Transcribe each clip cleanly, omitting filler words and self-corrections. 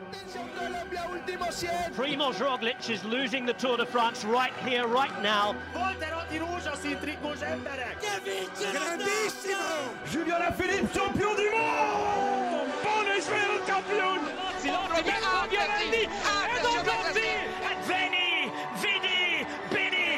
Primoz Roglic is losing the Tour de France right here, right now. Volterotti rózsaszín trikós emberek! Grandissimo! Julien Alaphilippe, champion du monde! Buon Weltchampion! Vianelli, et Conti, et Veni, Vidi, Bini!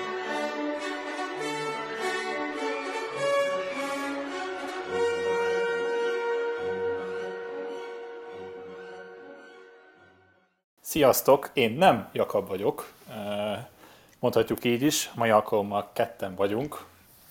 Sziasztok, én nem Jakab vagyok, mondhatjuk így is, mai alkalommal ketten vagyunk.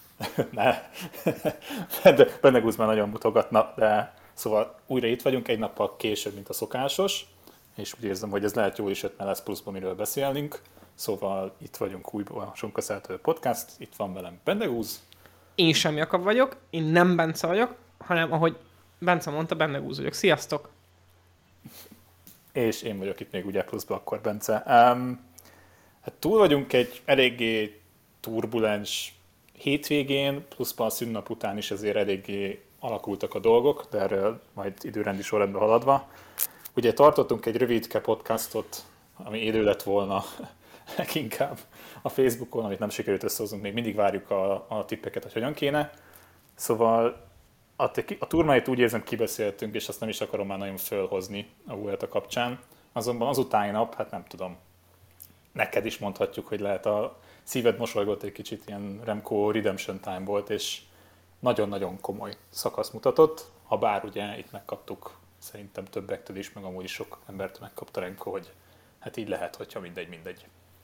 Bendegúz már nagyon mutogatna, de szóval újra itt vagyunk, egy nappal később, mint a szokásos, és úgy érzem, hogy ez lehet jól is jött, mert lesz pluszban miről beszélnünk. Szóval itt vagyunk újból a Sonkaszáltő Podcast, itt van velem Bendegúz. Én sem Jakab vagyok, én nem Bence vagyok, hanem ahogy Bence mondta, Bendegúz vagyok. Sziasztok! És én vagyok itt még ugye pluszban akkor, Bence. Hát túl vagyunk egy eléggé turbulens hétvégén, pluszban a szünnap után is ezért eléggé alakultak a dolgok, de erről majd időrendi sorrendben haladva. Ugye tartottunk egy rövidke podcastot, ami élő lett volna leginkább a Facebookon, amit nem sikerült összehoznunk, még mindig várjuk a tippeket, hogy hogyan kéne. Szóval a turmáit úgy érzem kibeszéltünk, és azt nem is akarom már nagyon fölhozni a Vuelta kapcsán. Azonban az utáni nap, hát nem tudom, neked is mondhatjuk, hogy lehet a szíved mosolygott egy kicsit, ilyen Remco Redemption Time volt, és nagyon-nagyon komoly szakasz mutatott, ha bár ugye itt megkaptuk szerintem többektől is, meg amúgy is sok embert megkapta Remco, hogy hát így lehet, hogyha mindegy.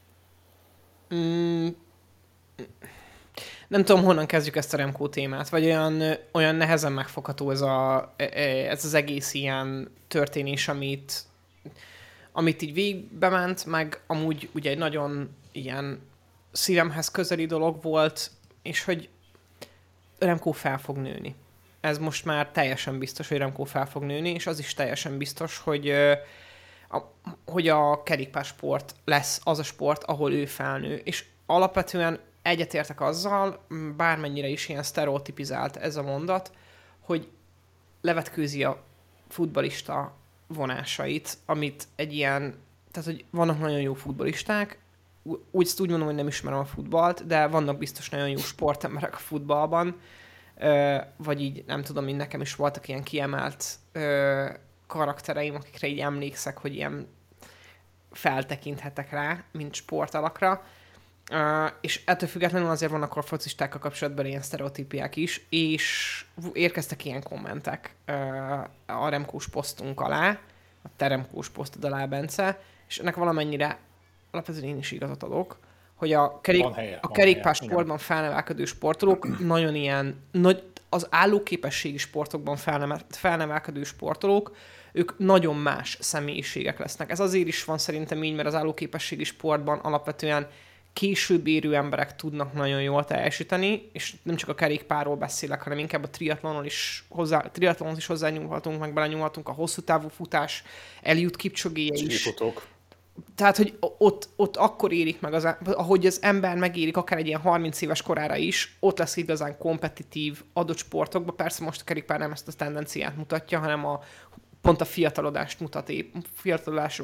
Nem tudom, honnan kezdjük ezt a Remco témát, vagy olyan nehezen megfogható ez az egész ilyen történés, amit így végigbement, meg amúgy ugye egy nagyon ilyen szívemhez közeli dolog volt, és hogy Remco fel fog nőni. Ez most már teljesen biztos, hogy Remco fel fog nőni, és az is teljesen biztos, hogy a kerékpársport lesz az a sport, ahol ő felnő. És alapvetően egyetértek azzal, bármennyire is ilyen sztereotipizált ez a mondat, hogy levetkőzi a futballista vonásait, amit egy ilyen, tehát hogy vannak nagyon jó futballisták, úgy mondom, hogy nem ismerem a futballt, de vannak biztos nagyon jó sportemberek a futballban, vagy így nem tudom, hogy nekem is voltak ilyen kiemelt karaktereim, akikre így emlékszek, hogy ilyen feltekinthetek rá, mint sportalakra, és ettől függetlenül azért vannak a focistákkal kapcsolatban ilyen sztereotípiák is, és érkeztek ilyen kommentek a Remkós posztunk alá, a te Remkós posztod alá, Bence, és ennek valamennyire alapvetően én is igazat adok, hogy a kerékpársportban felnevelkedő sportolók nagyon ilyen, az állóképességi sportokban felnevelkedő sportolók, ők nagyon más személyiségek lesznek. Ez azért is van szerintem így, mert az állóképességi sportban alapvetően később érő emberek tudnak nagyon jól teljesíteni, és nem csak a kerékpárról beszélek, hanem inkább a triatlonhoz is hozzányúlhatunk, meg belenyúlhatunk, a hosszú távú futás, Eliud Kipcsogéje is. Sífutók. Tehát, hogy ott akkor érik meg, ahogy az ember megérik, akár egy ilyen 30 éves korára is, ott lesz igazán kompetitív adott sportokban. Persze most a kerékpár nem ezt a tendenciát mutatja, hanem pont a fiatalodást fiatalodás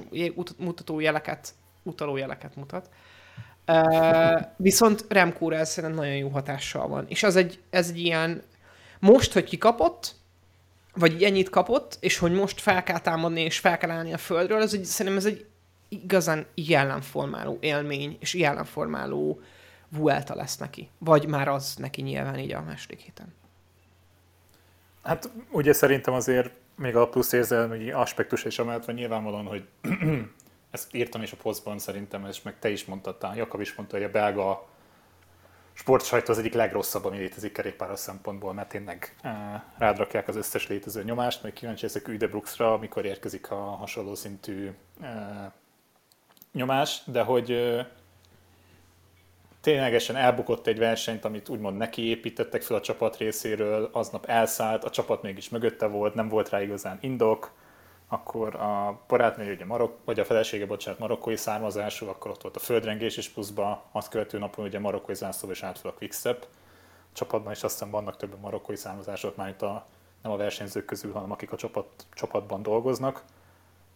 utaló jeleket mutat. Viszont Remcóra ez szerintem nagyon jó hatással van. És ez egy ilyen, most, hogy kikapott, vagy ennyit kapott, és hogy most fel kell támadni, és fel kell állni a földről, szerintem ez egy igazán jelenformáló élmény, és jelenformáló Vuelta lesz neki. Vagy már az neki nyilván így a második héten. Hát ugye szerintem azért még a plusz érzelmi aspektus is amellett van nyilvánvalóan, hogy ezt írtam is a posztban szerintem, és meg te is mondtad, Jakab is mondta, hogy a belga sportsajtó az egyik legrosszabb, ami létezik kerékpáros szempontból, mert tényleg rád rakják az összes létező nyomást, majd kíváncsi ezek Ude Brooksra, amikor érkezik a hasonló szintű nyomás, de hogy ténylegesen elbukott egy versenyt, amit úgymond neki építettek fel a csapat részéről, aznap elszállt, a csapat mégis mögötte volt, nem volt rá igazán indok, akkor a barátnője, ugye vagy a felesége, marokkói származású, akkor ott volt a földrengés is pluszba, azt követő napon ugye marokkói zászlóba is átfel a Quickstep csapatban, és azt hiszem vannak többen marokkói származások, már itt nem a versenyzők közül, hanem akik a csapatban dolgoznak.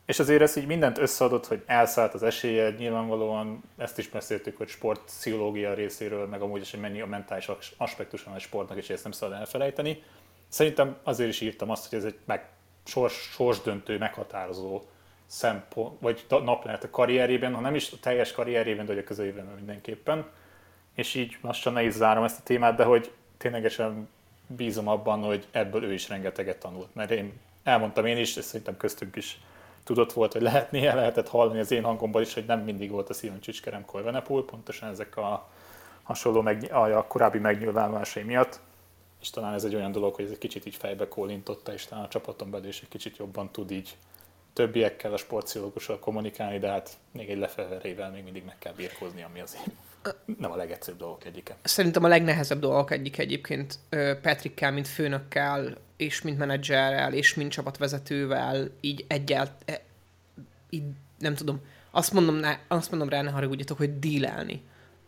És azért ez így mindent összeadott, hogy elszállt az esélye, nyilvánvalóan ezt is beszéltük, hogy sportpszichológia részéről, meg amúgy is, hogy mennyi a mentális aspektus van a sportnak, és ezt nem szabad elfelejteni. Szerintem azért is írtam azt, hogy ez egy sorsdöntő, meghatározó szempont, vagy nap lehet a karrierjében, ha nem is a teljes karrierjében, de hogy a közeljövőben mindenképpen. És így lassan ne is zárom ezt a témát, de hogy ténylegesen bízom abban, hogy ebből ő is rengeteget tanult. Mert elmondtam én is, és szerintem köztünk is tudott volt, hogy lehetett hallani az én hangomban is, hogy nem mindig volt a szívem csücskerem Evenepoel, pontosan ezek a hasonló a korábbi megnyilvánulásai miatt. És talán ez egy olyan dolog, hogy ez egy kicsit így fejbe kólintotta, és talán a csapaton belül is egy kicsit jobban tud így többiekkel, a sportpszichológussal kommunikálni, de hát még egy lefelverével még mindig meg kell birkózni, ami azért nem a legegyszerűbb dolgok egyike. Szerintem a legnehezebb dolgok egyik egyébként Patrickkel, mint főnökkel, és mint menedzserrel, és mint csapatvezetővel, így így nem tudom, azt mondom rá, ne haragudjatok, hogy dílelni.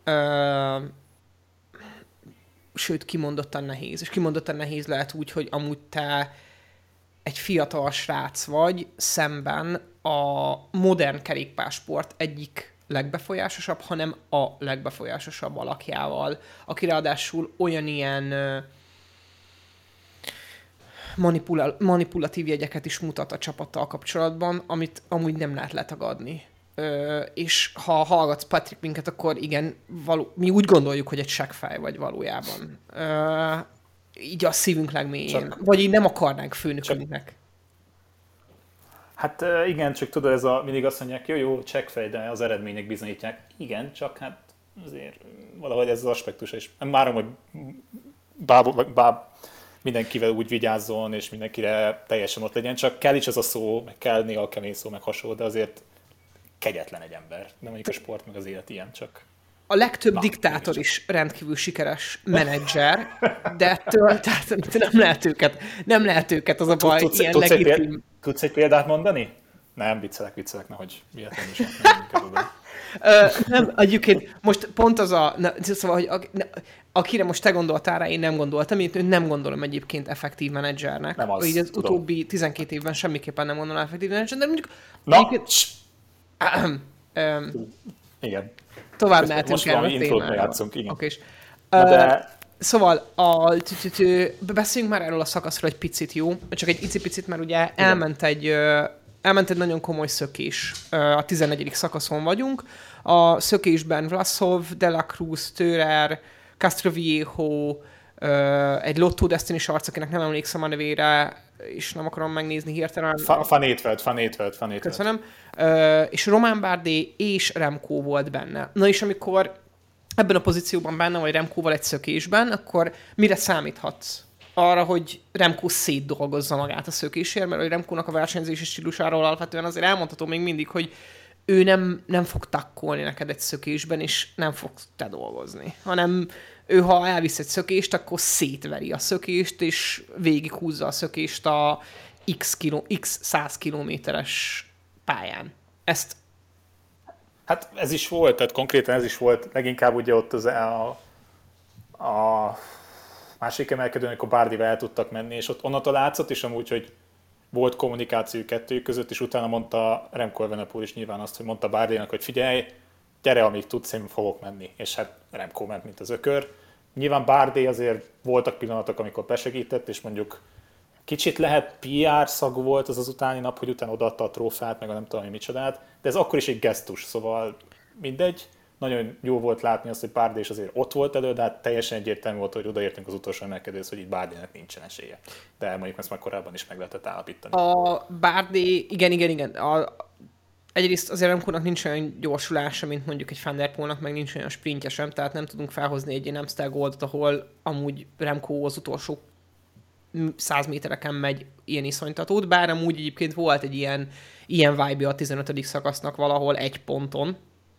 Sőt, kimondottan nehéz. És kimondottan nehéz lehet úgy, hogy amúgy te egy fiatal srác vagy, szemben a modern kerékpársport egyik legbefolyásosabb, hanem a legbefolyásosabb alakjával, aki ráadásul olyan ilyen manipulatív jegyeket is mutat a csapattal kapcsolatban, amit amúgy nem lehet letagadni. És ha hallgatsz Patrick minket, akkor igen, mi úgy gondoljuk, hogy egy seggfej vagy valójában. Így a szívünk legmélyén. Vagy így nem akarnánk főnökünknek. Hát igen, csak tudod, mindig azt mondják, jó, csekkfej, de az eredmények bizonyítják. Igen, csak hát azért valahogy ez az aspektus, és nem várom, hogy mindenkivel úgy vigyázzon, és mindenkire teljesen ott legyen, csak kell is ez a szó, meg kell néha a kemény szó, meg hasonló, de azért kegyetlen egy ember. Nem mondjuk a sport, meg az élet ilyen, csak... A legtöbb diktátor is rendkívül sikeres menedzser, de ettől tehát nem lehet őket az a baj, ilyen legitim. Tudsz egy példát mondani? Nem, viccelek, nehogy véletlenül is nem, egyébként most pont az szóval, hogy akire most te gondoltál rá, én nem gondoltam, én nem gondolom egyébként effektív menedzsernek. Nem az, így az tudom. Utóbbi 12 évben semmiképpen nem gondolom effektív menedzsernek, de mondjuk... Igen. Tovább mehetünk erre a témára. Játszunk, igen. Okay. De... Szóval, beszéljünk már erről a szakaszról egy picit, jó? Csak egy icipicit, mert ugye elment egy nagyon komoly szökés. A 14. szakaszon vagyunk. A szökésben Vlasov, De La Cruz, Törer, Castroviejo, egy Lotto Destiny-s arc, akinek nem emlékszem a nevére, és nem akarom megnézni hirtelen. Van Étvelt. Köszönöm. És Romain Bardet és Remco volt benne. Na és amikor ebben a pozícióban benne vagy Remcoval egy szökésben, akkor mire számíthatsz? Arra, hogy Remco szétdolgozza magát a szökésért, mert hogy Remcónak a versenyzési stílusáról alapvetően azért elmondható még mindig, hogy ő nem fog takkolni neked egy szökésben, és nem fog te dolgozni. Hanem ő, ha elvisz egy szökést, akkor szétveri a szökést, és végighúzza a szökést a x 100 kilométeres pályán. Ezt... Hát ez is volt, tehát konkrétan ez is volt, leginkább ugye ott a másik emelkedőn, amikor Bardival el tudtak menni, és ott onnantól látszott is amúgy, hogy volt kommunikáció kettőjük között, és utána mondta Remco Evenepoel is nyilván azt, hogy mondta Bardénak, hogy figyelj, gyere, amíg tudsz, én fogok menni. És hát Remco ment, mint az ökör. Nyilván Bardet azért voltak pillanatok, amikor besegített, és mondjuk kicsit lehet PR szagú volt az utáni nap, hogy utána odaadta a trófeát, meg a nem tudom, hogy micsodát, de ez akkor is egy gesztus, szóval mindegy. Nagyon jó volt látni azt, hogy Bardet is azért ott volt elő, de hát teljesen egyértelmű volt, hogy odaértünk az utolsó emelkedőhöz, hogy itt Bardének nincsen esélye. De mondjuk ezt már korábban is meg lehetett állapítani. A Bardet, igen. Egyrészt azért Remcónak nincs olyan gyorsulása, mint mondjuk egy Van der Poelnak, meg nincs olyan sprintje sem, tehát nem tudunk felhozni egy ilyen Amstel Goldot, ahol amúgy Remco az utolsó 100 métereken megy ilyen iszonytatót, bár amúgy egyébként volt egy ilyen vibe a 15. szakasznak valahol egy ponton.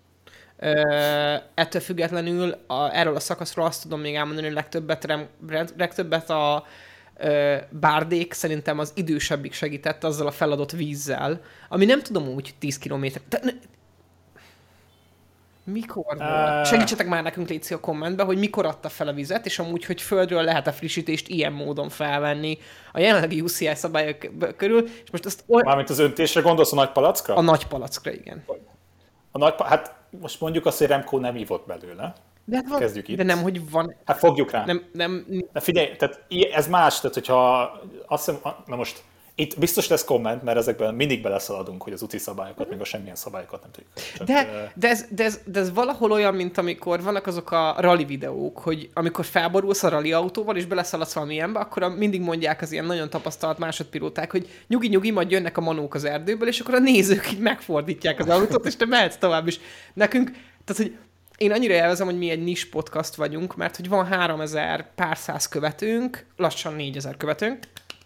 Ettől függetlenül erről a szakaszról azt tudom még elmondani, hogy legtöbbet a Bardék szerintem az idősebbik segített azzal a feladott vízzel, ami nem tudom úgy 10 kilométer... Mikor volt? Segítsetek már nekünk, légy a kommentbe, hogy mikor adta fel a vizet, és amúgy, hogy földről lehet a frissítést ilyen módon felvenni a jelenlegi UCI szabályok körül, és most azt... Mármint az öntésre gondolsz, a nagy palackra? A nagy palackra, igen. Hát most mondjuk azt, hogy Remco nem ívott belőle. De, hát kezdjük itt. De nem, hogy van... Hát fogjuk rá. Nem... De figyelj, tehát ez más, tehát hogyha azt hiszem, na most itt biztos lesz komment, mert ezekben mindig beleszaladunk, hogy az UCI szabályokat, még a semmilyen szabályokat nem tudjuk. Csak, de ez valahol olyan, mint amikor vannak azok a rally videók, hogy amikor felborulsz a rally autóval, és beleszaladsz valamilyenbe, akkor mindig mondják az ilyen nagyon tapasztalt másodpilóták, hogy nyugi, majd jönnek a manók az erdőből, és akkor a nézők így megfordítják az autót, és te mehetsz tovább is. Nekünk, tehát, hogy én annyira élvezem, hogy mi egy nis podcast vagyunk, mert hogy van 3000 pár száz követőnk, lassan 4000 követőnk,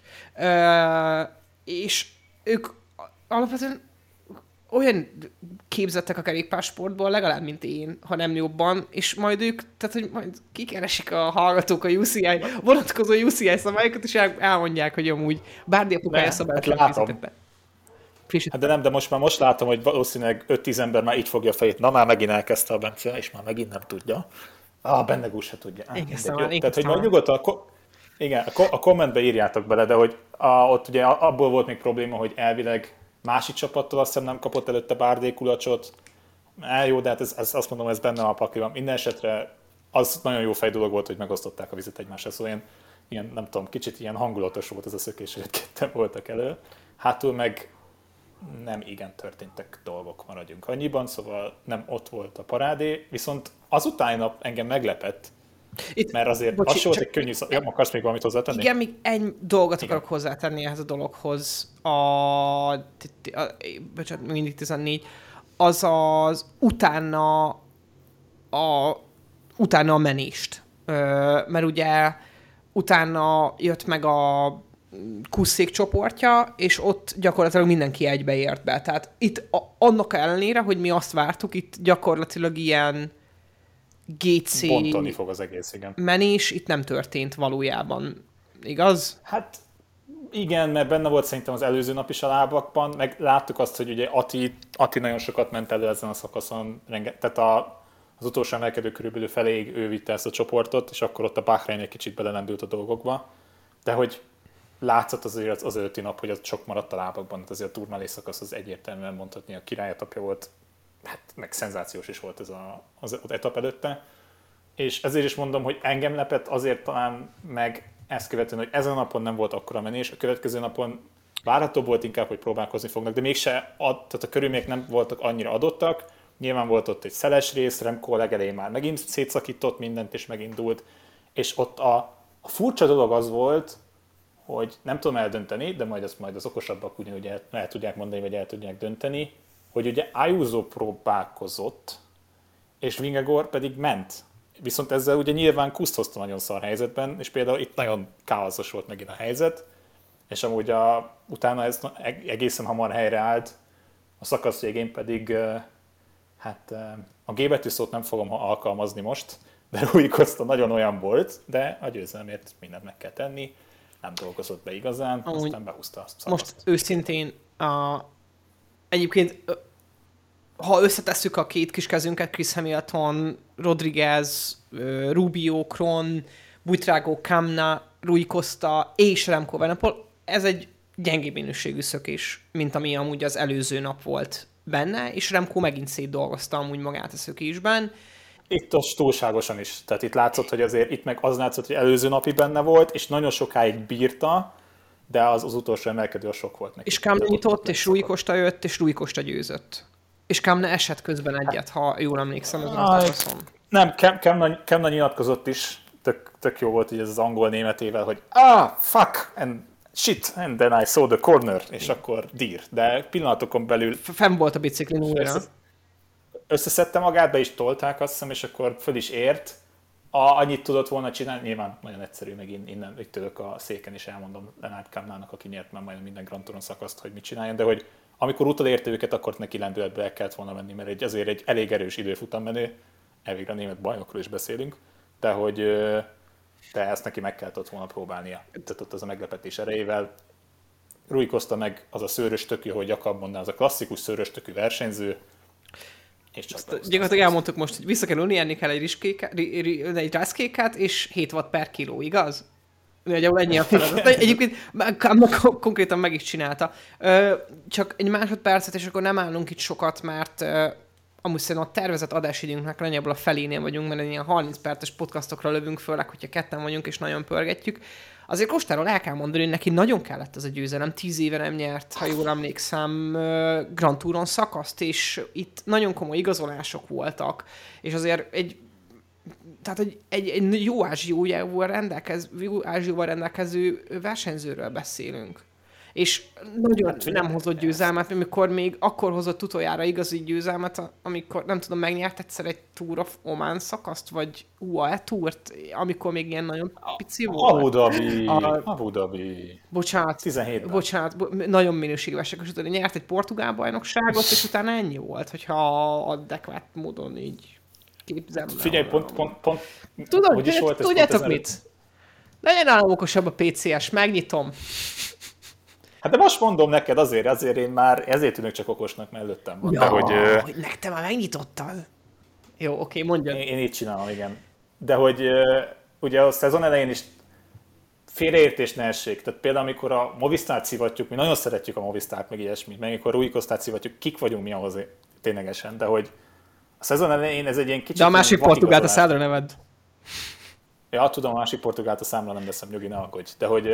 és ők alapvetően olyan képzettek a kerékpársportból, legalább, mint én, ha nem jobban, és majd ők, tehát, hogy majd kikeresik a hallgatók a UCI, vonatkozó UCI szabályokat, és elmondják, hogy amúgy bárdi apukája szabályokat készítettek be. Hát de most látom, hogy valószínűleg 5-10 ember már így fogja a fejét. Na már megint elkezdte a Bence, és már megint nem tudja. Bennegús se tudja. Tehát, hogy majd nyugodtan, igen, a kommentbe írjátok bele, de hogy ott ugye abból volt még probléma, hogy elvileg másik csapattól azt hiszem nem kapott előtte Bardet kulacsot. Jó, de hát ez azt mondom, ez benne a pakliban. Minden esetre az nagyon jó fej dolog volt, hogy megosztották a vizet egymásra, szóval ilyen, nem tudom, kicsit ilyen hangulatos volt ez a szökés, hogy ketten voltak elő. Hátul meg nem igen történtek dolgok, maradjunk annyiban, szóval nem ott volt a parádé, viszont azután nap engem meglepett, mert azért az volt egy könnyű akarsz még valamit hozzátenni? Igen, még egy dolgot akarok hozzátenni ehhez a dologhoz. Bocsánat, mindig 14. Az utána a menést. Mert ugye utána jött meg a Kuszék csoportja, és ott gyakorlatilag mindenki egybeért be. Tehát itt annak ellenére, hogy mi azt vártuk, itt gyakorlatilag ilyen GC bontani fog az egész, igen. Menés itt nem történt valójában. Igaz? Hát igen, mert benne volt szerintem az előző nap is a lábakban, meg láttuk azt, hogy ugye Ati nagyon sokat ment elő ezen a szakaszon, tehát az utolsó emelkedő körülbelül feléig ő vitte ezt a csoportot, és akkor ott a Bahrein egy kicsit belelendült a dolgokba, de hogy látszott azért az előtti nap, hogy ott sok maradt a lábakban, tehát azért a Tourmalet szakasz az egyértelműen mondhatni a királyetapja volt, hát meg szenzációs is volt ez az etap előtte, és ezért is mondom, hogy engem lepett azért talán meg ezt követően, hogy ezen a napon nem volt akkora menés, a következő napon várható volt inkább, hogy próbálkozni fognak, de mégse tehát a körülmények nem voltak annyira adottak, nyilván volt ott egy szeles rész, Remco a legelején már megint szétszakított mindent és megindult, és ott a furcsa dolog az volt, hogy nem tudom eldönteni, de majd az okosabbak ugyanúgy el tudják mondani, vagy el tudják dönteni, hogy ugye Ayuso próbálkozott, és Vingegaard pedig ment. Viszont ezzel ugye nyilván Kuszt hozta nagyon szar helyzetben, és például itt nagyon káoszos volt megint a helyzet, és amúgy utána ez egészen hamar helyreállt, a szakasz végén pedig, a G betű szót nem fogom alkalmazni most, de Rui Costa nagyon olyan volt, de a győzelemért mindent meg kell tenni, nem dolgozott be igazán, aztán behúzta a szakaszt. Most őszintén, egyébként, ha összetesszük a két kis kezünket, Chris Hamilton, Rodriguez, Rubio, Kron, Buitrago, Kamna, Rui Costa és Remco Evenepoel, ez egy gyengébb minőségű szökés, mint ami amúgy az előző nap volt benne, és Remco megint szétdolgozta amúgy magát a szökésben. Itt az túlságosan is. Tehát itt látszott, hogy azért itt meg az látszott, hogy előző napi benne volt, és nagyon sokáig bírta, de az utolsó emelkedő a sok volt neki. És Kamna nyitott, és Rui Costa jött, és Rui Costa győzött. És Kamna esett közben egyet, ha jól emlékszem ezen a szakaszon. Nem, Kamna nyilatkozott is, tök jó volt így ez az angol-németével, hogy fuck, and shit, and then I saw the corner, és akkor dír. De pillanatokon belül... Fenn volt a biciklin újra. Összeszedte magát, be is tolták, azt hiszem, és akkor föl is ért. Annyit tudott volna csinálni, nyilván nagyon egyszerű, meg innen itt ülök a széken, és elmondom Lennart Kamnának, aki nyert már majdnem minden Grand Touron szakaszt, hogy mit csináljon, de hogy amikor utolérte őket, akkor neki lendületbe el kellett volna menni, mert azért egy elég erős időfutammenő, elvégre a német bajnokról is beszélünk, de ezt neki meg kellett volna próbálnia. Tehát ott az a meglepetés erejével. Rui Costa meg az a szőrös tökű, hogy Jakab mondná, az a klasszikus szőrös tökű versenyző, és csak gyakorlatilag elmondtuk most, hogy vissza kell ülni, enni kell egy rászkéket, és 7 watt per kiló, igaz? Nagyjából ennyi a feladat. Egyébként konkrétan meg is csinálta. Csak egy másodpercet, és akkor nem állunk itt sokat, mert amúgy szerintem a tervezett adásidőnknek nagyjából a felénél vagyunk, mert ilyen 30 perces podcastokra lövünk, főleg, hogyha ketten vagyunk és nagyon pörgetjük. Azért Kostáról el kell mondani, hogy neki nagyon kellett ez a győzelem. 10 éve nem nyert, ha jól emlékszem, Grand Touron szakaszt, és itt nagyon komoly igazolások voltak, és azért egy jó ázsióval rendelkező versenyzőről beszélünk. És nagyon nem hozott győzelmet, amikor még akkor hozott utoljára igazi győzelmet, amikor nem tudom, megnyert egyszer egy Tour of Oman szakaszt, vagy UAE Tourt, amikor még ilyen nagyon pici volt. Abu Dhabi. Bocsánat, 17-ben. Bocsánat, nagyon minőségvesek, és utána nyert egy portugál bajnokságot, és utána ennyi volt, hogyha adekvát módon így képzelem. Figyelj, pont tudom, hogy is volt ez? Tudjátok mit? Legyen nálam okosabb a PCS, megnyitom. Hát de most mondom neked, azért én már ezért tűnök csak okosnak, mert előttem van. Ja, hogy te már megnyitottad. Jó, oké, mondjad. Én így csinálom, igen. De hogy ugye a szezon elején is félreértés ne essék. Tehát például, amikor a Movistart szivatjuk, mi nagyon szeretjük a Movistart, meg ilyesmit, meg amikor a Rui Costát szivatjuk, kik vagyunk mi ahhoz ténylegesen, de hogy a szezon elején ez egy ilyen kicsit... De a másik portugált a szádra neved. Ja, tudom, a másik portugált a számra nem veszem, nyugi, ne aggódj.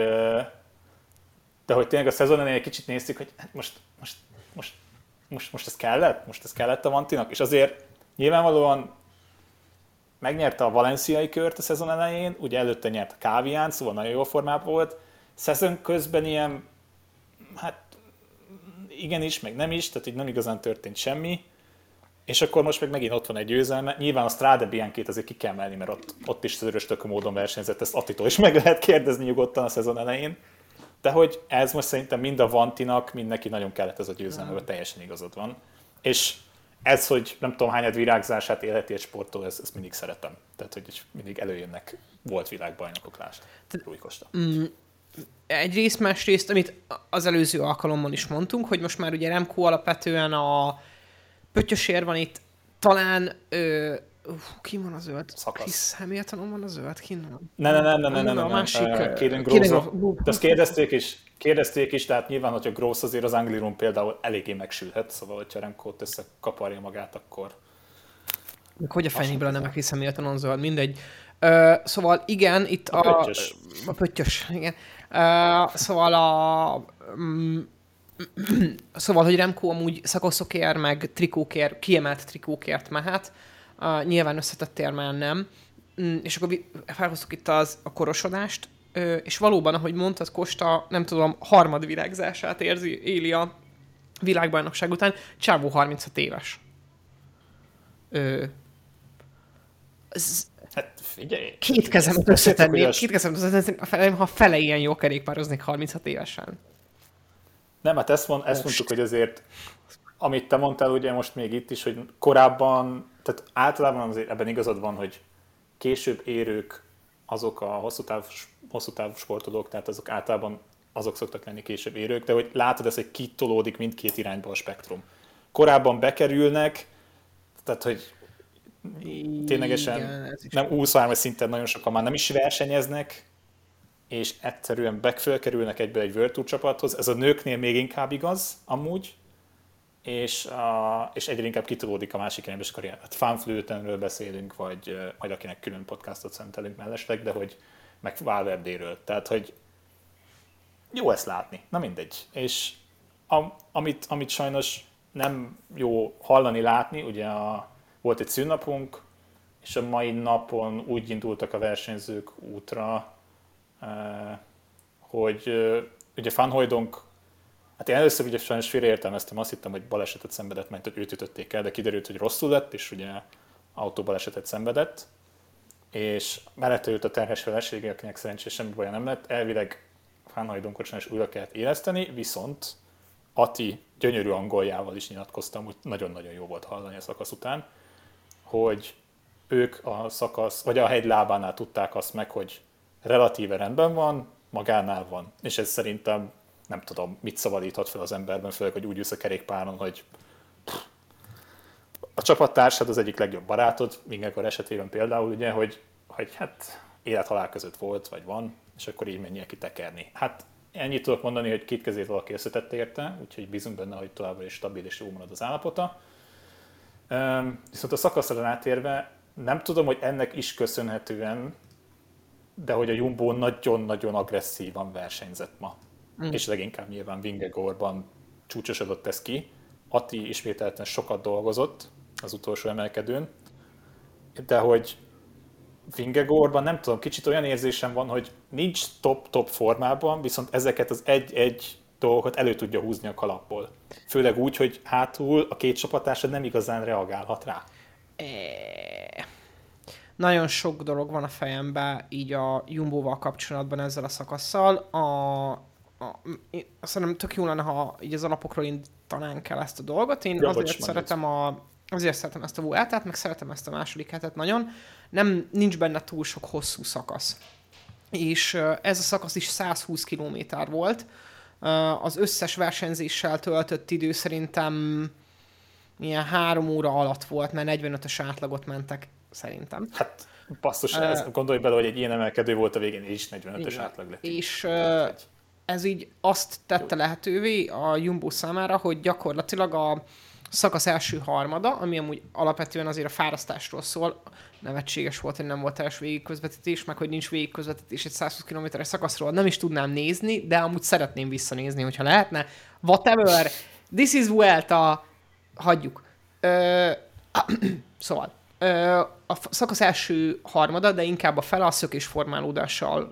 De hogy tényleg a szezon elején egy kicsit néztük, hogy hát most ez kellett? Most ez kellett a Vantinak? És azért nyilvánvalóan megnyerte a valenciai kört a szezon elején, ugye előtte nyert a Kávián, szóval nagyon jó formában volt. Szezon közben ilyen, hát igenis, meg nem is, tehát így nem igazán történt semmi. És akkor most meg megint ott van egy győzelme. Nyilván a Strade Bianchét azért ki kell menni, mert ott is szöröstökű módon versenyzett, ezt Attitól is meg lehet kérdezni nyugodtan a szezon elején. De hogy ez most szerintem mind a Vantinak, mind neki nagyon kellett ez a győzelme, mert teljesen igazad van. És ez, hogy nem tudom hányad virágzását élheti egy sporttól, ezt mindig szeretem. Tehát, hogy mindig előjönnek volt világbajnokok, lásd, Rui Costa. Egyrészt, másrészt, amit az előző alkalommal is mondtunk, hogy most már ugye Remco alapvetően a pöttyösér van itt, talán ki van a zöld? Chris Hamiltonon van a zöld? Ki van? Nem. A másik... Kaden Gross. De azt kérdezték is, tehát nyilván, hogyha Gross azért az Anglirum például eléggé megsülhet, szóval, hogyha Remco-t összekaparja magát, akkor... Meg hogy a fenéből nem a Chris Hamiltonon zöld, mindegy. Szóval igen, itt a pöttyös, igen. Szóval szóval, hogy Remco amúgy szakaszokért, meg trikókért, kiemelt trikókért mehet, nyilván összetettél már nem. És akkor felhoztuk itt a korosodást, és valóban, ahogy mondtad, Costa, nem tudom, harmad virágzását éli a világbajnokság után. Csávó 36 éves. Hát figyelj! Két kezemet összetenni, ha fele ilyen jó kerékpároznék 36 évesen. Nem, hát ezt mondtuk, hogy azért, amit te mondtál ugye most még itt is, hogy korábban, tehát általában azért ebben igazad van, hogy később érők azok a hosszú távú sportolók, tehát azok általában azok szoktak lenni később érők, de hogy látod ezt, hogy kitolódik mindkét irányba a spektrum. Korábban bekerülnek, tehát hogy ténylegesen nem 23 szinten nagyon sokan már nem is versenyeznek, és egyszerűen fölkerülnek egyből egy World Tour csapathoz. Ez a nőknél még inkább igaz, amúgy, és egyre inkább kitolódik a másik irányba, és akkor ilyen Van Vleuten-ről beszélünk, vagy majd akinek külön podcastot szentelünk mellesleg, de hogy meg Valverdéről. Tehát, hogy jó ezt látni, na mindegy. És amit sajnos nem jó hallani, látni, ugye volt egy szünnapunk, és a mai napon úgy indultak a versenyzők útra, hogy ugye Van Hooijdonk, hát én először ugye sajnos félreértelmeztem, azt hittem, hogy balesetet szenvedett, mert hogy őt ütötték el, de kiderült, hogy rosszul lett, és ugye autóbalesetet szenvedett, és mellette jött a terhes felesége, akinek szerencsés semmi baja nem lett, elvileg Van Hooijdonkot sajnos újra kellett éleszteni, viszont Ati gyönyörű angoljával is nyilatkoztam, úgy nagyon-nagyon jó volt hallani a szakasz után, hogy ők a szakasz, vagy a hegy lábánál tudták azt meg, hogy relatíve rendben van, magánál van. És ez szerintem, nem tudom, mit szabadíthat fel az emberben, főleg, hogy úgy ülsz a kerékpáron, hogy a csapattársad az egyik legjobb barátod, Vingegaard esetében például, ugye, hogy hát élet-halál között volt, vagy van, és akkor így menjél ki tekerni. Hát ennyit tudok mondani, hogy két kezét valaki összetette érte, úgyhogy bízunk benne, hogy továbbra is stabil és jó marad az állapota. Viszont a szakaszra rátérve, nem tudom, hogy ennek is köszönhetően, de hogy a Jumbo nagyon-nagyon agresszívan versenyzett ma. És leginkább nyilván Vingegaardban csúcsosodott ez ki. Atti ismételten sokat dolgozott az utolsó emelkedőn, de hogy Vingegaardban nem tudom, kicsit olyan érzésem van, hogy nincs top formában, viszont ezeket az egy-egy dolgokat elő tudja húzni a kalapból. Főleg úgy, hogy hátul a két csapattársa nem igazán reagálhat rá. Nagyon sok dolog van a fejemben így a Jumboval kapcsolatban ezzel a szakasszal. Szerintem tök jó lenne, ha így az alapokról indítanánk el ezt a dolgot. Én azért szeretem ezt a Vueltát, meg szeretem ezt a második hetet nagyon. Nincs benne túl sok hosszú szakasz. És ez a szakasz is 120 km volt. Az összes versenyzéssel töltött idő szerintem ilyen 3 óra alatt volt, mert 45-ös átlagot mentek szerintem. Hát basszus, gondolj bele, hogy egy ilyen emelkedő volt a végén, és 45-ös átlag lett. És ez így azt tette lehetővé a Jumbo számára, hogy gyakorlatilag a szakasz első harmada, ami amúgy alapvetően azért a fárasztásról szól, nevetséges volt, hogy nem volt teljes végigközvetítés, meg hogy nincs végigközvetítés egy 120 km-es szakaszról, nem is tudnám nézni, de amúgy szeretném visszanézni, hogyha lehetne. Whatever, this is Vuelta, hagyjuk. Szóval, a szakasz első harmada, de inkább a fele a szökésformálódással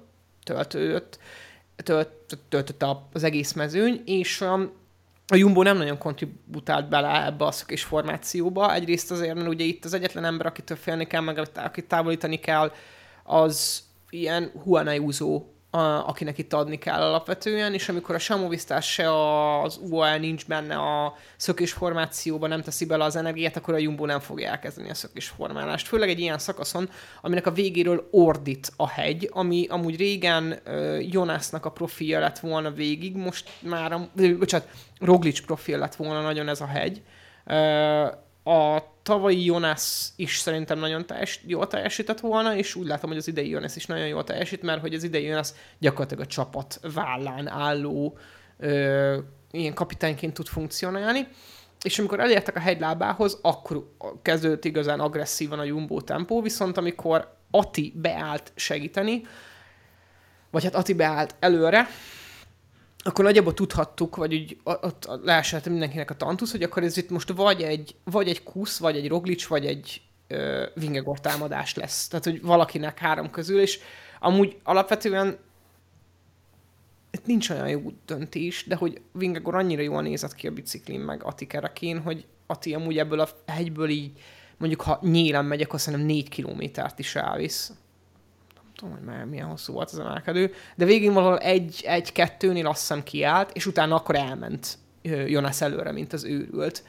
töltött az egész mezőny, és a Jumbo nem nagyon kontributált bele ebbe a szökésformációba. Egyrészt azért, mert ugye itt az egyetlen ember, akitől félni kell, meg akit távolítani kell, az ilyen Juan Ayuso, akinek itt adni kell alapvetően, és amikor a Samovistás se az UAE nincs benne a szökésformációban, nem teszi bele az energiát, akkor a Jumbo nem fogja elkezdeni a szökésformálást. Főleg egy ilyen szakaszon, aminek a végéről ordít a hegy, ami amúgy régen Jonasnak a profilja lett volna végig, most már, Roglic profil lett volna nagyon ez a hegy. A tavalyi Jonas is szerintem nagyon jól teljesített volna, és úgy látom, hogy az idei Jonas is nagyon jól teljesít, mert hogy az idei Jonas gyakorlatilag a csapat vállán álló ilyen kapitányként tud funkcionálni. És amikor elértek a hegylábához, akkor kezdődött igazán agresszívan a Jumbo tempó, viszont amikor Atti beállt segíteni, vagy hát Atti beállt előre, akkor nagyjából tudhattuk, vagy úgy ott leesett mindenkinek a tantusz, hogy akkor ez itt most vagy egy Kusz, vagy egy Roglic, vagy egy Vingegaard támadás lesz. Tehát, hogy valakinek 3 közül, és amúgy alapvetően itt nincs olyan jó döntés, de hogy Vingegaard annyira jól nézett ki a biciklin, meg Atti kerekén, hogy Atti amúgy ebből a hegyből így, mondjuk ha nyílen megyek, azt szerintem 4 kilométert is elvisz. Nem tudom, hogy már milyen hosszú volt az emelkedő, de végén valahol 1-2-nél azt hiszem kiállt, és utána akkor elment Jonas előre, mint az őrült.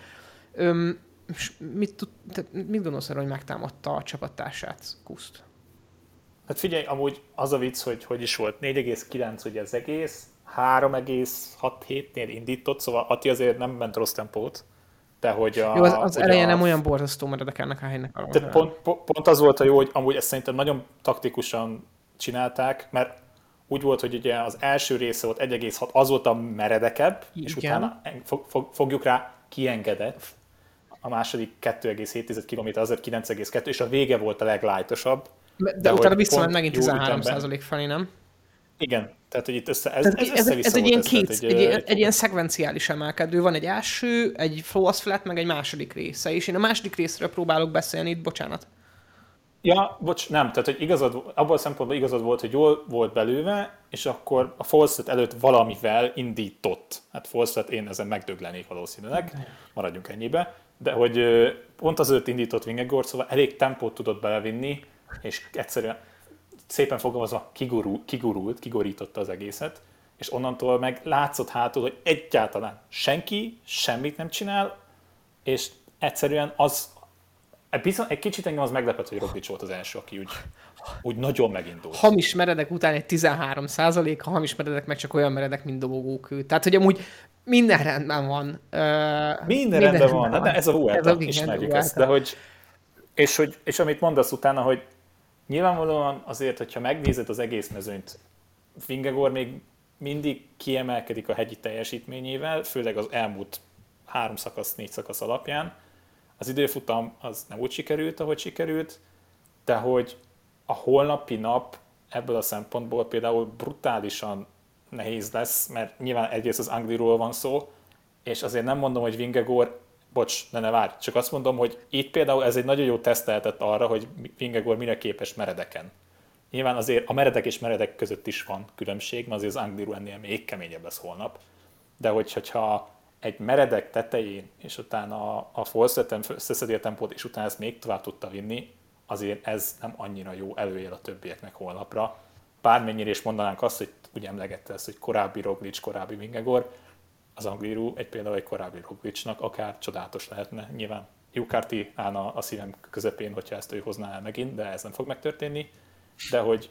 Mit gondolsz arra, hogy megtámadta a csapattársát, Kuszt? Hát figyelj, amúgy az a vicc, hogy is volt 4,9 ugye az egész, 3,67-nél indított, szóval Atti azért nem ment rossz tempót, de hogy jó, az eleje nem olyan borzasztó meredek ennek a helynek. Tehát pont az volt a jó, hogy amúgy ezt szerintem nagyon taktikusan csinálták, mert úgy volt, hogy ugye az első része volt 1,6, az volt a meredekebb, igen. És utána fogjuk rá, kiengedett. A második 2,7 km, azért 9,2, és a vége volt a leglájtosabb. De utána visszament megint 13% felé, nem? Igen, tehát hogy itt ez egy ilyen egy ilyen szekvenciális emelkedő. Van egy első, egy flow flat, meg egy második része, és én a második részről próbálok beszélni itt, bocsánat. Ja, nem, tehát hogy abban a szempontból igazad volt, hogy jól volt belőve, és akkor a Falstad előtt valamivel indított. Hát Falstad én ezen megdöglenék valószínűleg, maradjunk ennyibe, de hogy pont az előtt indított Vingegaard, szóval elég tempót tudott belevinni, és egyszerűen szépen fogalmazva kigorította az egészet, és onnantól meg látszott hátul, hogy egyáltalán senki semmit nem csinál, és egyszerűen egy kicsit engem az meglepett, hogy Roglic volt az első, aki úgy nagyon megindult. Hamis meredek után egy 13%, ha hamis meredek meg csak olyan meredek, mint dobogókő. Tehát, hogy amúgy Minden rendben van. Minden rendben van. van. De ez a Vuelta, ismerjük ezt. De és amit mondasz utána, hogy nyilvánvalóan azért, hogyha megnézed az egész mezőnyt, Vingegaard még mindig kiemelkedik a hegyi teljesítményével, főleg az elmúlt 3 szakasz, 4 szakasz alapján. Az időfutam az nem úgy sikerült, ahogy sikerült, de hogy a holnapi nap ebből a szempontból például brutálisan nehéz lesz, mert nyilván egyrészt az Angliról van szó, és azért nem mondom, hogy Vingegaard, bocs, ne várj, csak azt mondom, hogy itt például ez egy nagyon jó teszt lehetett arra, hogy Vingegaard mire képes meredeken. Nyilván azért a meredek és meredek között is van különbség, mert azért az Angliru ennél még keményebb lesz holnap. De hogyha egy meredek tetején, és utána a falszeten összeszedi a tempót, és utána ezt még tovább tudta vinni, azért ez nem annyira jó előjel a többieknek holnapra. Bármennyire is mondanánk azt, hogy ugye emlegette ezt, hogy korábbi Roglic, korábbi Vingegaard, az Angliru például egy korábbi Roglicnak akár csodálatos lehetne. Nyilván Jukarti állna a szívem közepén, hogyha ezt ő hozná el megint, de ez nem fog megtörténni. De hogy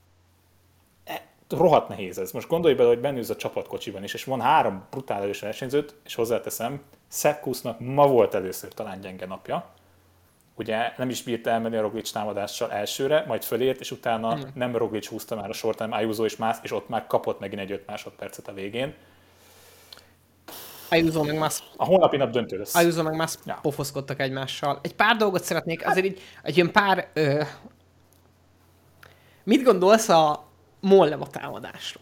rohadt nehéz ez. Most gondolj bele, hogy bennülsz a csapatkocsiban is, és van 3 brutál erős versenyzőt, és hozzáteszem, Sepp Kusznak ma volt először talán gyenge napja. Ugye nem is bírt elmenni a Roglic támadással elsőre, majd fölért, és utána nem Roglic húzta már a sort, hanem Ayuso és ott már kapott megint egy 5 másodpercet a végén. Ayuso meg Mas. A holnapi nap döntő lesz. Ayuso meg Mas pofoszkodtak egymással. Egy pár dolgot szeretnék, azért így, egy ilyen pár... Mit gondolsz a Mollema támadásról?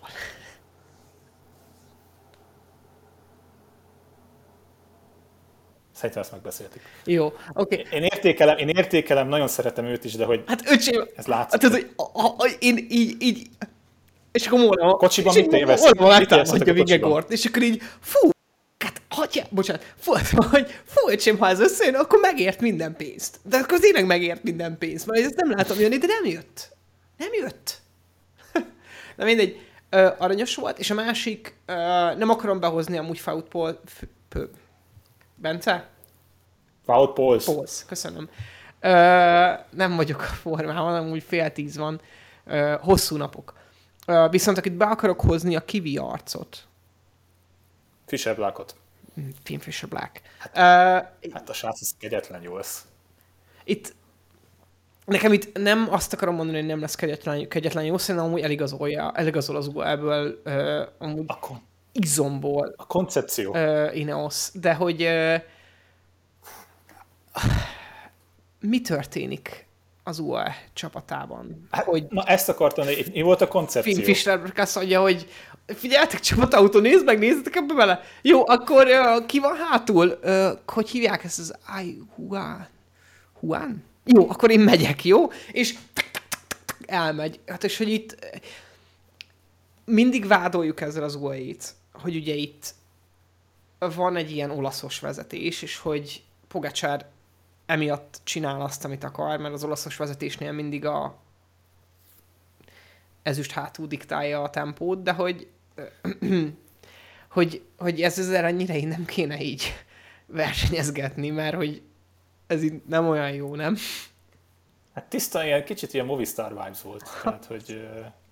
Szerintem ezt megbeszéltük. Jó, oké. Okay. Én értékelem, nagyon szeretem őt is, de hogy hát öcsém, ez látszik. Tehát, hogy én így... És akkor Mollema... Kocsiban mit élveztek? Mollema megtámadja Vingegaard, és akkor így... Fú, öcsém, ha ez összejön, akkor megért minden pénzt. De akkor tényleg megért minden pénzt, mert ezt nem látom jönni, de nem jött. Nem jött. Na mindegy, aranyos volt, és a másik, nem akarom behozni amúgy Bence? Wout Poels. Köszönöm. Nem vagyok a formában, amúgy 9:30 van. Hosszú napok. Viszont akit be akarok hozni, a Kivi arcot. Fischer Blackot. Finn Fischer Black. Hát a srác az kegyetlen jó lesz. Nekem itt nem azt akarom mondani, hogy nem lesz kegyetlen jó, szerintem amúgy eligazol az UAE-ből amúgy izomból. A koncepció. Ineos. De hogy mi történik az UAE csapatában? Hát, hogy na ezt akartam, mi volt a koncepció? Finn Fischer azt mondja, hogy figyeljetek, csapatautó, nézzetek ebbe bele. Jó, akkor ki van hátul? Hogy hívják ezt az Juan? Jó, akkor én megyek, jó? És elmegy. Hát és hogy itt mindig vádoljuk ezzel az UAE-t, hogy ugye itt van egy ilyen olaszos vezetés, és hogy Pogačar emiatt csinál azt, amit akar, mert az olaszos vezetésnél mindig a ezüst hátú diktálja a tempót, de hogy ez ennyire így nem kéne így versenyezgetni, mert hogy ez így nem olyan jó, nem? Hát tisztán ilyen kicsit ilyen Movistar vibes volt. Tehát, hogy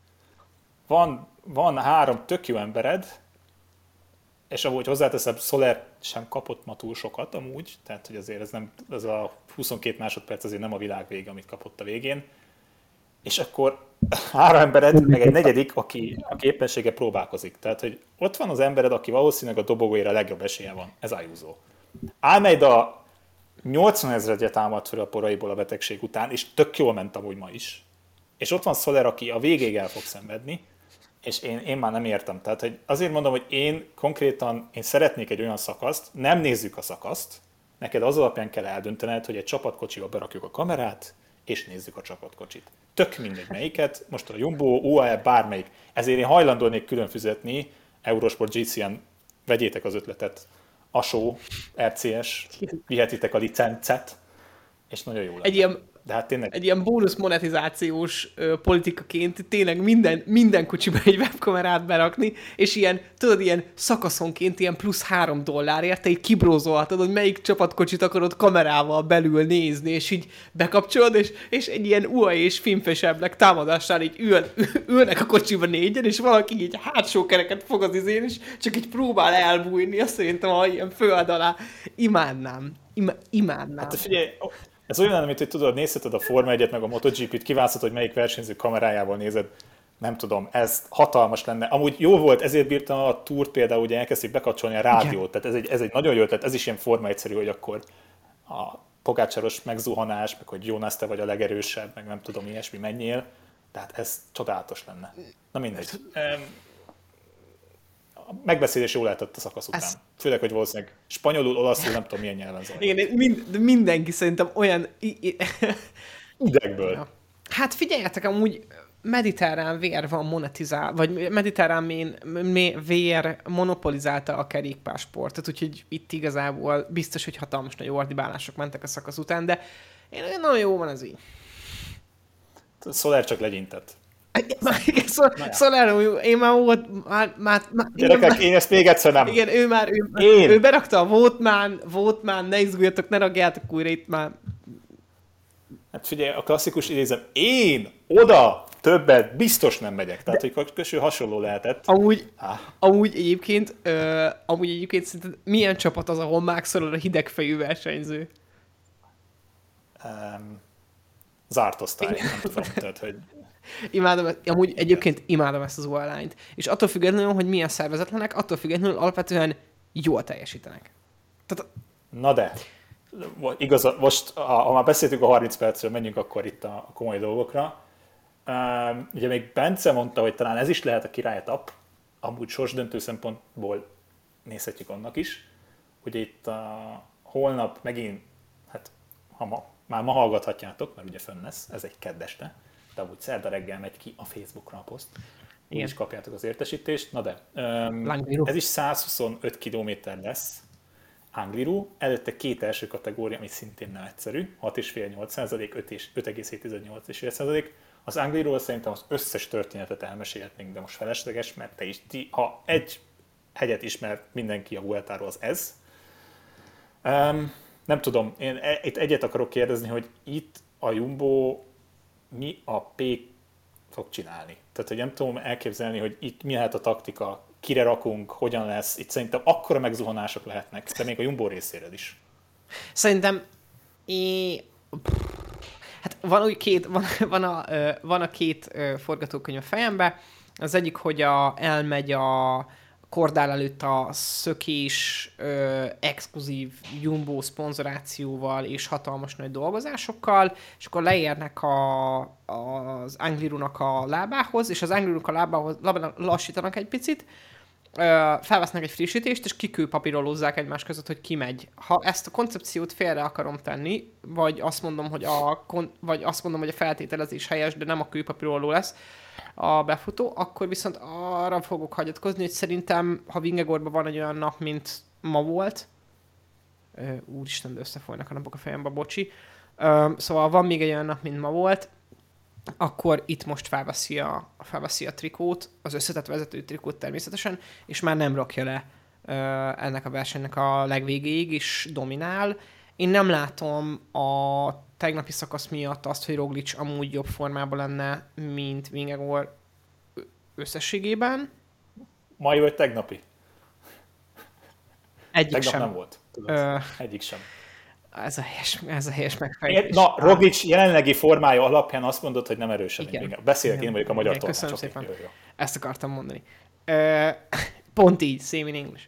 van 3 tök jó embered, és ahogy hozzáteszem, Soler sem kapott ma túl sokat amúgy, tehát hogy azért ez a 22 másodperc azért nem a világ vége, amit kapott a végén. És akkor 3 embered, meg egy negyedik, aki éppenséggel próbálkozik. Tehát, hogy ott van az embered, aki valószínűleg a dobogóira a legjobb esélye van. Ez Ayuso. Almeida 80 000-et támadt fel a poraiból a betegség után, és tök jól ment amúgy ma is. És ott van Soler, aki a végéig el fog szenvedni, és én már nem értem. Tehát, hogy azért mondom, hogy én szeretnék egy olyan szakaszt, nem nézzük a szakaszt, neked az alapján kell eldöntened, hogy egy csapatkocsiba berakjuk a kamerát, és nézzük a csapatkocsit. Tök mindegy melyiket, most a Jumbo, UAE, bármelyik. Ezért én hajlandónék külön fizetni, Eurosport, GCN, vegyétek az ötletet, ASO, RCS, vihetitek a licencet, és nagyon jó lesz. Egy ilyen de hát tényleg... Egy ilyen bónusz monetizációs politikaként tényleg minden kocsiba egy webkamerát berakni, és ilyen, tudod, ilyen szakaszonként ilyen plusz $3 te így kibrózolhatod, hogy melyik csapatkocsit akarod kamerával belül nézni, és így bekapcsolod, és egy ilyen UAE és filmfesebbnek támadásnál így ülnek a kocsiba négyen, és valaki így hátsó kereket fog az izén, és csak így próbál elbújni, azt szerintem, ha ilyen föld alá. Imádnám. Hát figyelj, ez olyan, mint hogy tudod, nézheted a Forma 1-et, meg a MotoGP-t, kiválasztod, hogy melyik versenyző kamerájával nézed, nem tudom, ez hatalmas lenne. Amúgy jó volt, ezért bírtam a Tourt például, ugye elkezdték bekapcsolni a rádiót, tehát ez egy nagyon jó ötlet, ez is ilyen Forma 1-szerű, hogy akkor a Pogácsáros megzuhanás, meg hogy Jonas, te vagy a legerősebb, meg nem tudom, ilyesmi menjél, tehát ez csodálatos lenne. Na mindegy. A megbeszélés jól lehetett a szakasz után. Főleg, hogy valószínűleg spanyolul, olaszul, nem tudom milyen nyelven zajlik. Igen, mindenki szerintem olyan... Idegből. Ja. Hát figyeljetek, amúgy mediterrán vér van monetizál, vagy mediterrán vér monopolizálta a kerékpársportot, úgyhogy itt igazából biztos, hogy hatalmas nagy ordibálások mentek a szakasz után, de én nagyon jó van ez így. Soler csak legyintett. Soler, én már volt... Gyerekek, én ezt még egyszer nem. Igen, ő berakta a Votman, ne izguljatok, ne ragjátok újra itt már. Hát figyelj, a klasszikus idézem, én oda többet biztos nem megyek. Tehát, hogy köső hasonló lehetett. Amúgy egyébként szerinted milyen csapat az, ahol Max Soler a hidegfejű versenyző? Zárt osztály, nem tudom, tehát, hogy... Egyébként imádom ezt az UAE-t. És attól függetlenül, hogy milyen szervezetlenek, attól függetlenül alapvetően jól teljesítenek. Tehát... Na de, igaz, most, ha már beszéltünk a 30 percről, menjünk akkor itt a komoly dolgokra. Ugye még Bence mondta, hogy talán ez is lehet a királyetap, amúgy sorsdöntő szempontból nézhetjük annak is. Ugye itt holnap megint, hát már ma hallgathatjátok, mert ugye fönn lesz, ez egy kedd este, de amúgy szerda reggel megy ki a Facebookra a poszt. Úgy is kapjátok az értesítést. Na de, ez is 125 km lesz. Angliru, előtte két első kategória, ami szintén nem egyszerű, 6,5-8%, 5,7-8,5%. Az Angliru szerintem az összes történetet elmesélhetnénk, de most felesleges, mert ha egy hegyet ismer mindenki a Vueltáról, az ez. Nem tudom, én itt egyet akarok kérdezni, hogy itt a Jumbo mi a pék fog csinálni. Tehát, hogy nem tudom elképzelni, hogy itt mi lehet a taktika, kire rakunk, hogyan lesz. Itt szerintem akkora megzuhanások lehetnek, de még a Jumbo részéről is. Szerintem hát van a két forgatókönyv a fejembe. Az egyik, hogy elmegy a kordál előtt a szökés exkluzív Jumbo szponzorációval és hatalmas nagy dolgozásokkal, és akkor leérnek az Anglirunak a lábához, és az Anglirunak a lábához lassítanak egy picit, felvesznek egy frissítést, és kikőpapírolózzák egymás között, hogy ki megy. Ha ezt a koncepciót félre akarom tenni, vagy azt mondom, hogy a feltételezés helyes, de nem a kőpapíroló lesz a befutó, akkor viszont arra fogok hagyatkozni, hogy szerintem, ha Vingegorban van egy olyan nap, mint ma volt, úristen, de összefolynak a napok a fejembe, bocsi. Szóval van még egy olyan nap, mint ma volt, akkor itt most felveszi a trikót, az összetett vezető trikót természetesen, és már nem rakja le ennek a versenynek a legvégéig, és dominál. Én nem látom a tegnapi szakasz miatt azt, hogy Roglic amúgy jobb formában lenne, mint Vingegaard összességében. Mai vagy tegnapi? Egyik sem. Nem volt. Tudod, egyik sem. Ez a helyes megfejtés. Na, Roglic jelenlegi formája alapján azt mondod, hogy nem erősebb, mint Vingegaard. Beszélek én vagyok a magyar tolmácsok. Köszönöm szépen. Jó. Ezt akartam mondani. Pont így, same in English.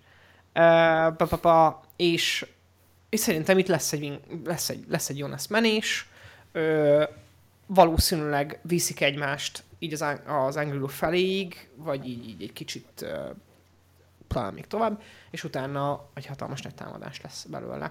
És szerintem itt lesz egy Jonas menés. Valószínűleg viszik egymást így az Angliru feléig, vagy így egy kicsit talán még tovább, és utána egy hatalmas nagy támadás lesz belőle.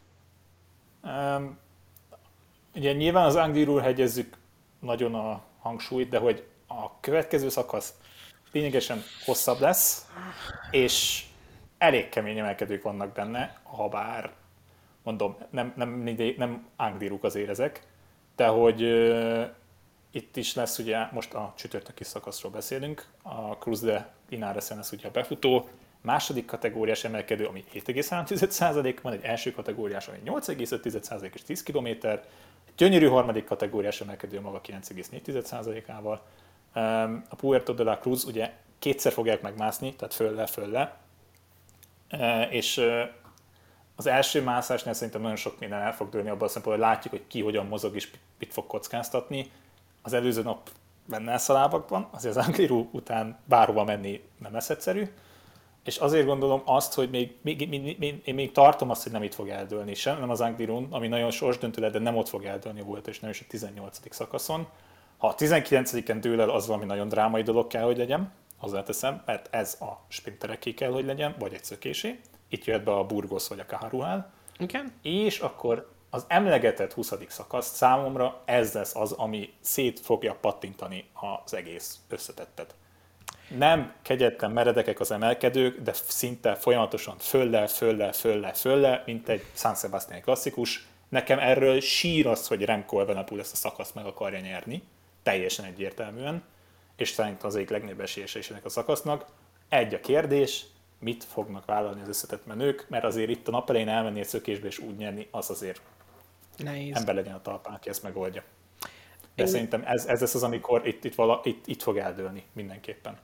Ugye nyilván az Angliru hegyezzük nagyon a hangsúlyt, de hogy a következő szakasz lényegesen hosszabb lesz, és elég kemény emelkedők vannak benne, ha bár mondom, nem Angliruk azért ezek, de hogy itt is lesz ugye, most a csütörtöki szakaszról beszélünk, a Cruz de Linares-en lesz ugye a befutó, második kategóriás emelkedő, ami 7,3%, van egy első kategóriás, ami 8,5% és 10 km, gyönyörű harmadik kategóriás emelkedő maga 9,4%-ával. A Puerto de la Cruz ugye kétszer fogják megmászni, tehát fölle, és az első mászásnál szerintem nagyon sok minden el fog dőlni abban a szempontból, hogy látjuk, hogy ki hogyan mozog és mit fog kockáztatni. Az előző nap benne lesz a lábakban, azért az Angliru után bárhova menni nem lesz egyszerű, és azért gondolom azt, hogy én még tartom azt, hogy nem itt fog eldőlni sem, nem az Anglirun, ami nagyon sorsdöntő lett, de nem ott fog eldőlni volt, és nem is a 18. szakaszon. Ha a 19-en dől el, az valami nagyon drámai dolog kell, hogy legyen, hozzáteszem, mert ez a sprintereké kell, hogy legyen, vagy egy szökésé. Itt jöhet be a Burgos vagy a Cajaruhal. Igen. És akkor az emlegetett 20. szakasz számomra ez lesz az, ami szét fogja pattintani az egész összetettet. Nem kegyetlen meredekek az emelkedők, de szinte folyamatosan fölle, mint egy San Sebastián klasszikus. Nekem erről sír az, hogy Remco Evenepoel ezt a szakaszt meg akarja nyerni, teljesen egyértelműen, és szerintem az egyik legnagyobb esélyese is ennek a szakasznak. Egy a kérdés, mit fognak vállalni az összetett menők, mert azért itt a nap elején elmenni egy szökésbe és úgy nyerni, az azért nehéz. Ember legyen a talpán, aki ezt megoldja. De szerintem ez lesz az, amikor itt fog eldőlni mindenképpen.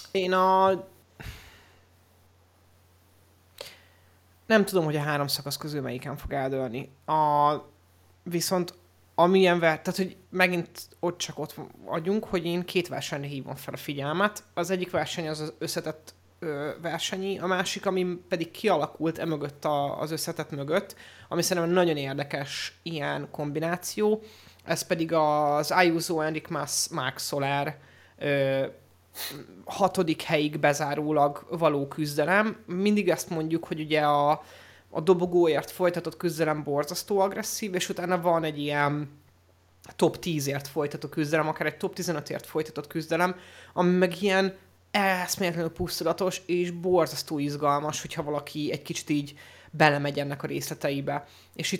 Nem tudom, hogy a 3 szakasz közül melyiken fog eldőlni. Viszont tehát, hogy megint ott vagyunk, hogy én 2 versenyre hívom fel a figyelmet. Az egyik verseny az összetett versenyi, a másik, ami pedig kialakult emögött az összetett mögött, ami szerintem nagyon érdekes ilyen kombináció. Ez pedig az Ayuso Enric Mas Marc Soler 6. helyig bezárólag való küzdelem. Mindig ezt mondjuk, hogy ugye a dobogóért folytatott küzdelem borzasztó agresszív, és utána van egy ilyen top 10-ért folytatott küzdelem, akár egy top 15-ért folytatott küzdelem, ami meg ilyen eszméletlenül pusztulatos és borzasztó izgalmas, hogyha valaki egy kicsit így belemegy ennek a részleteibe. És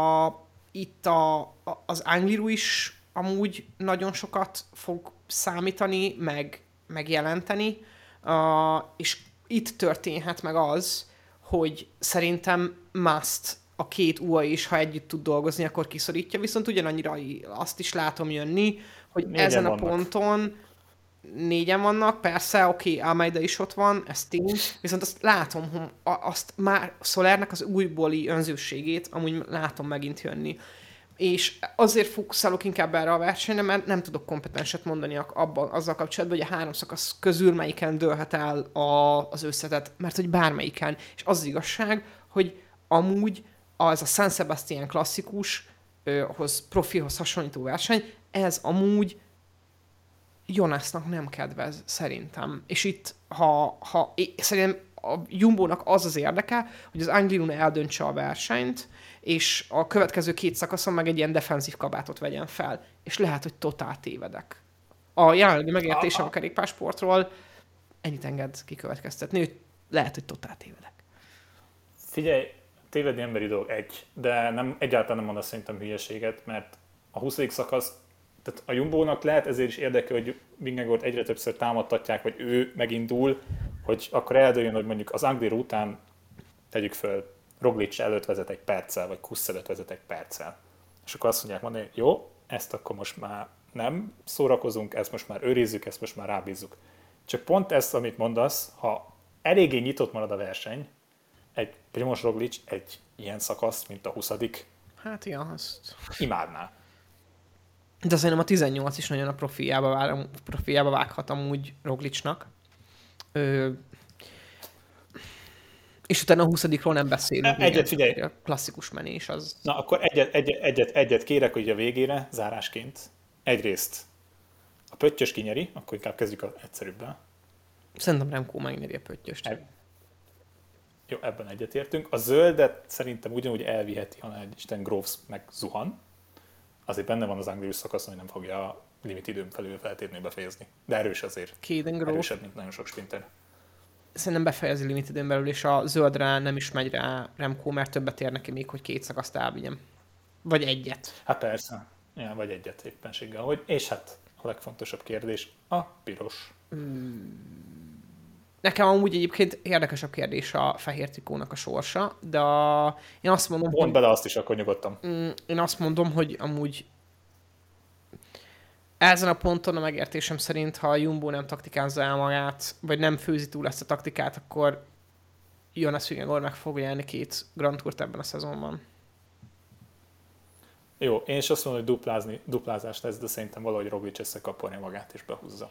itt az Angliru is amúgy nagyon sokat fog számítani, meg jelenteni, és itt történhet meg az, hogy szerintem Must a 2 UAE is, ha együtt tud dolgozni, akkor kiszorítja, viszont ugyanannyira azt is látom jönni, hogy ezen a ponton 4-en vannak, persze, oké, Almeida is ott van, ez tény, viszont azt látom, hogy azt már Solernek az újbóli önzőségét amúgy látom megint jönni. És azért fókuszálok inkább erre a versenyre, mert nem tudok kompetenset mondani azzal kapcsolatban, hogy a 3 szakasz közül melyiken dőlhet el az összetett, mert hogy bármelyiken. És az igazság, hogy amúgy az a San Sebastián klasszikus, profihoz hasonlító verseny, ez amúgy Jonasnak nem kedvez, szerintem. És itt, szerintem a Jumbónak az érdeke, hogy az Anglirun eldöntse a versenyt, és a következő 2 szakaszon meg egy ilyen defenzív kabátot vegyen fel. És lehet, hogy totál tévedek. A jelenlegi megértésem a kerékpársportról ennyit enged kikövetkeztetni, hogy lehet, hogy totál tévedek. Figyelj, tévedni emberi dolog de egyáltalán nem mondasz szerintem hülyeséget, mert a 20. szakasz, tehát a Jumbónak lehet ezért is érdeke, hogy Vingegaard egyre többször támadtatják, hogy ő megindul, hogy akkor eldőljön, hogy mondjuk az Angliru után tegyük föl, Roglic előtt vezet egy perccel, vagy Kuss előtt vezet egy perccel. És akkor azt mondják mondani, hogy jó, ezt akkor most már nem szórakozunk, ezt most már őrizzük, ezt most már rábízzuk. Csak pont ezt, amit mondasz, ha eléggé nyitott marad a verseny, egy Primož Roglic egy ilyen szakaszt, mint a 20. Hát igen, azt imádná. De szerintem a 18 is nagyon a profiába vághat amúgy Roglicnak. És utána a 20-ról nem beszélünk. Egyet figyelj. A klasszikus menés az... Na, akkor egyet kérek, hogy a végére, zárásként. Egyrészt a pöttyös kinyeri, akkor inkább kezdjük az egyszerűbbel. Szerintem Remco megnyeri a pöttyöst. Jó, ebben egyetértünk. A zöldet szerintem ugyanúgy elviheti, ha egy Isten Groves meg zuhan. Azért benne van az Angliru szakaszon, hogy nem fogja a limit időn felül feltétlenül befejezni. De erős azért. Erősebb, mint nagyon sok sprinter. Szerintem befejezi limit időn belül, és a zöldre nem is megy rá Remco, mert többet ér neki még, hogy 2 szakaszt elvigyem. Vagy egyet. Hát persze. Ja, vagy egyet éppenséggel. És hát a legfontosabb kérdés, a piros. Nekem amúgy egyébként érdekesebb kérdés a fehér trikónak a sorsa, de én azt mondom, Mondd bele azt is, akkor nyugodtan. Én azt mondom, hogy amúgy ezen a ponton a megértésem szerint, ha a Jumbo nem taktikázza el magát, vagy nem főzi túl ezt a taktikát, akkor Jonas Vingegaard meg fogja nyerni 2 Grand Tourt ebben a szezonban. Jó, én is azt mondom, hogy duplázás lesz, de szerintem valahogy Roglic összekaparja magát és behúzza.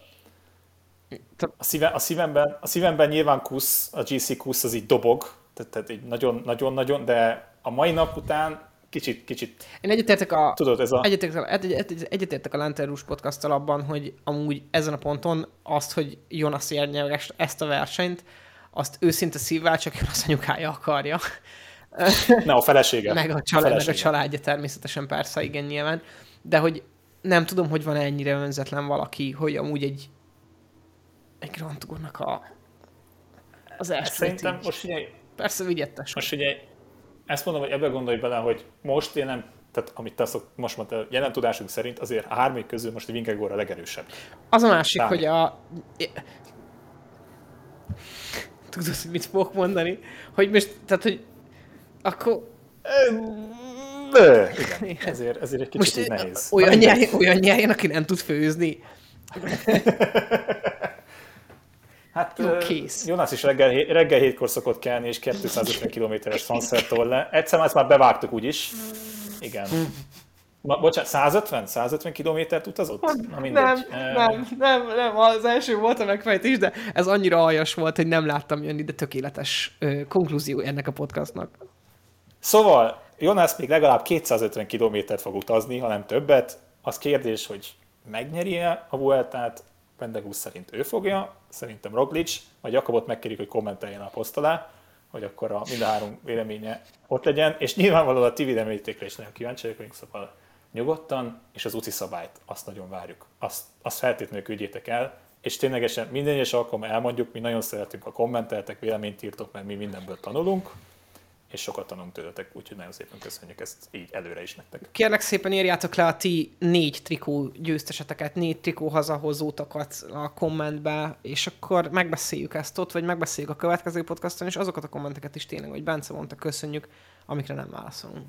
A szívemben nyilván Kusz, a GC Kusz az így dobog, tehát így nagyon-nagyon, de a mai nap után kicsit. Én egyetértek tudod, egyetértek a Lantern Rouge podcasttal abban, hogy amúgy ezen a ponton azt, hogy Jonas nyerje ezt a versenyt, azt őszinte szívvel csak Jonas anyukája akarja. Ne, a felesége. Meg a családja természetesen, persze, igen, nyilván. De hogy nem tudom, hogy van ennyire önzetlen valaki, hogy amúgy egy Grand Tournak az első. Szerintem most figyelj. Persze vigyettes. Most figyelj, ezt mondom, hogy ebbe gondolj bele, hogy most én nem, tehát amit te most mondtál, jelen tudásunk szerint azért a 3 közül most a Vingegaard a legerősebb. Az a másik, hogy tudod, hogy mit fogok mondani? Hogy most, tehát, hogy akkor... Igen, ezért egy kicsit most így nehéz. Olyan nyerjen, aki nem tud főzni. Hát Jonas is reggel 7-kor szokott kelni, és 250 km-es Sancerre. Egyszer már bevágtuk úgyis. Igen. Bocsánat, 150 kilométert utazott? Na mindegy. Nem, az első volt a megfejtés, de ez annyira aljas volt, hogy nem láttam jönni, de tökéletes konklúzió ennek a podcastnak. Szóval Jonas még legalább 250 kilométert fog utazni, ha nem többet. Az kérdés, hogy megnyeri-e a Vueltát, Pendegus szerint ő fogja, szerintem Roglic, majd Jakobot megkérjük, hogy kommenteljen a poszt alá, hogy akkor mind a 3 véleménye ott legyen, és nyilvánvalóan a ti véleményetekre is nagyon kíváncsiak vagyunk, szóval nyugodtan, és az UCI szabályt, azt nagyon várjuk. Azt feltétlenül küldjétek el, és ténylegesen minden egyes alkalommal elmondjuk, mi nagyon szeretünk, ha kommenteltek, véleményt írtok, mert mi mindenből tanulunk, és sokat tanulunk tőletek, úgyhogy nagyon szépen köszönjük ezt így előre is nektek. Kérlek szépen írjátok le a ti 4 trikó győzteseteket, 4 trikó hazahozótakat a kommentbe, és akkor megbeszéljük ezt ott, vagy megbeszéljük a következő podcaston, és azokat a kommenteket is tényleg, hogy Bence mondta, köszönjük, amikre nem válaszolunk.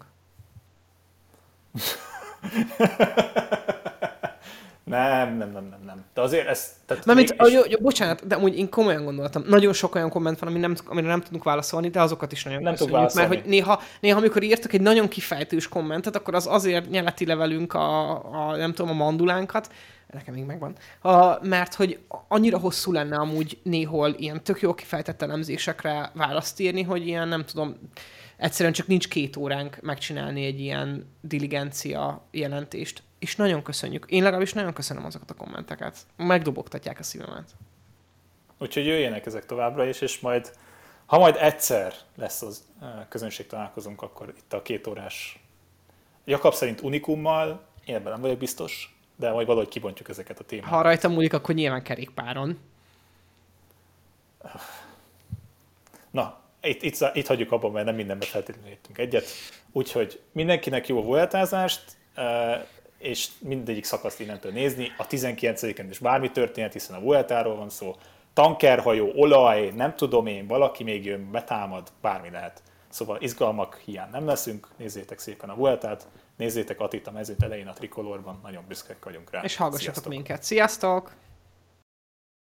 Nem. De azért ez... Bocsánat, de amúgy én komolyan gondoltam. Nagyon sok olyan komment van, amire nem tudunk válaszolni, de azokat is nagyon köszönjük. Mert hogy néha amikor írtak egy nagyon kifejtős kommentet, akkor az azért nyeleti le velünk nem tudom, a mandulánkat, nekem még megvan, mert hogy annyira hosszú lenne amúgy néhol ilyen tök jó kifejtett elemzésekre választ írni, hogy ilyen nem tudom, egyszerűen csak nincs 2 óránk megcsinálni egy ilyen diligencia jelentést. És nagyon köszönjük. Én legalábbis nagyon köszönöm azokat a kommenteket. Megdobogtatják a szívemet. Úgyhogy jöjjenek ezek továbbra is, és ha majd egyszer lesz az közönség találkozunk, akkor itt a 2 órás Jakab szerint unikummal, én ebben nem vagyok biztos, de majd valahogy kibontjuk ezeket a témákat. Ha rajta múlik, akkor nyilván kerékpáron. Na, itt hagyjuk abban, mert nem mindenben feltétlenül értünk egyet. Úgyhogy mindenkinek jó Vueltázást, és mindegyik szakaszt innentől nézni. A 19-en is bármi történhet, hiszen a Vueltáról van szó. Tankerhajó, olaj, nem tudom én, valaki még jön, betámad, bármi lehet. Szóval izgalmak hiány nem leszünk, nézzétek szépen a Vueltát, nézzétek Attit a mezőt elején a trikolorban, nagyon büszkék vagyunk rá. És hallgassatok minket. Sziasztok!